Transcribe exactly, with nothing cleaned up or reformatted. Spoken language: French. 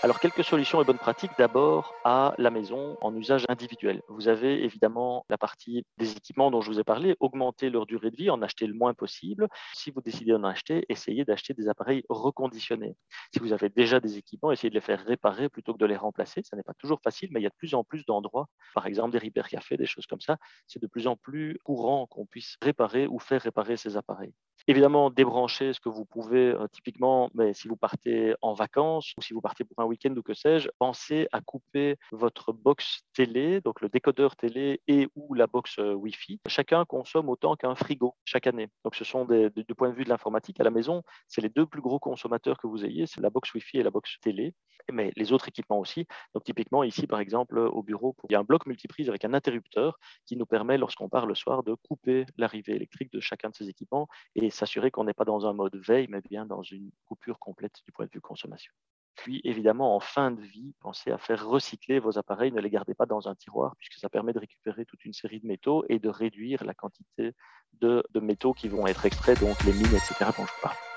Alors, quelques solutions et bonnes pratiques d'abord à la maison en usage individuel. Vous avez évidemment la partie des équipements dont je vous ai parlé, augmenter leur durée de vie, en acheter le moins possible. Si vous décidez d'en acheter, essayez d'acheter des appareils reconditionnés. Si vous avez déjà des équipements, essayez de les faire réparer plutôt que de les remplacer. Ça n'est pas toujours facile, mais il y a de plus en plus d'endroits, par exemple des repair cafés, des choses comme ça. C'est de plus en plus courant qu'on puisse réparer ou faire réparer ces appareils. Évidemment, débrancher ce que vous pouvez, euh, typiquement, mais si vous partez en vacances ou si vous partez pour un week-end ou que sais-je, pensez à couper votre box télé, donc le décodeur télé et ou la box euh, Wi-Fi. Chacun consomme autant qu'un frigo chaque année. Donc, ce sont des, du point de vue de l'informatique à la maison, c'est les deux plus gros consommateurs que vous ayez, c'est la box Wi-Fi et la box télé, mais les autres équipements aussi. Donc, typiquement, ici, par exemple, au bureau, il y a un bloc multiprise avec un interrupteur qui nous permet, lorsqu'on part le soir, de couper l'arrivée électrique de chacun de ces équipements et s'assurer qu'on n'est pas dans un mode veille, mais bien dans une coupure complète du point de vue consommation. Puis évidemment, en fin de vie, pensez à faire recycler vos appareils, ne les gardez pas dans un tiroir, puisque ça permet de récupérer toute une série de métaux et de réduire la quantité de, de métaux qui vont être extraits, donc les mines, et cetera dont je vous parle.